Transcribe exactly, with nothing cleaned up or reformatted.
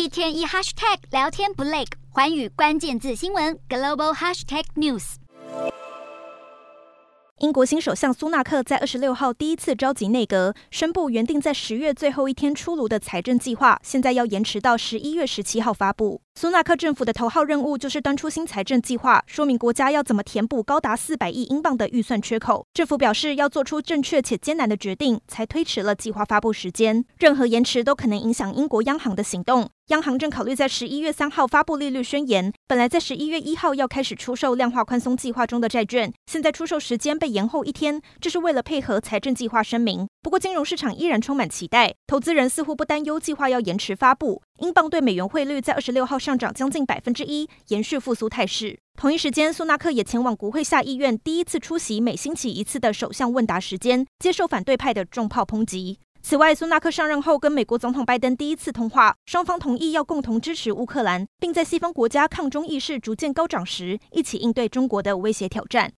一天一 hashtag 聊天不累，寰宇关键字新闻 global hashtag news。 英国新首相苏纳克在二十六号第一次召集内阁，宣布原定在十月最后一天出炉的财政计划，现在要延迟到十一月十七号发布。苏纳克政府的头号任务就是端出新财政计划，说明国家要怎么填补高达四百亿英镑的预算缺口。政府表示要做出正确且艰难的决定，才推迟了计划发布时间。任何延迟都可能影响英国央行的行动。央行正考虑在十一月三号发布利率宣言，本来在十一月一号要开始出售量化宽松计划中的债券，现在出售时间被延后一天，这是为了配合财政计划声明。不过金融市场依然充满期待，投资人似乎不担忧计划要延迟发布。英镑对美元汇率在二十六号上涨将近百分之一，延续复苏态势。同一时间，苏纳克也前往国会下议院，第一次出席每星期一次的首相问答时间，接受反对派的重炮抨击。此外，苏纳克上任后跟美国总统拜登第一次通话，双方同意要共同支持乌克兰，并在西方国家抗中意识逐渐高涨时，一起应对中国的威胁挑战。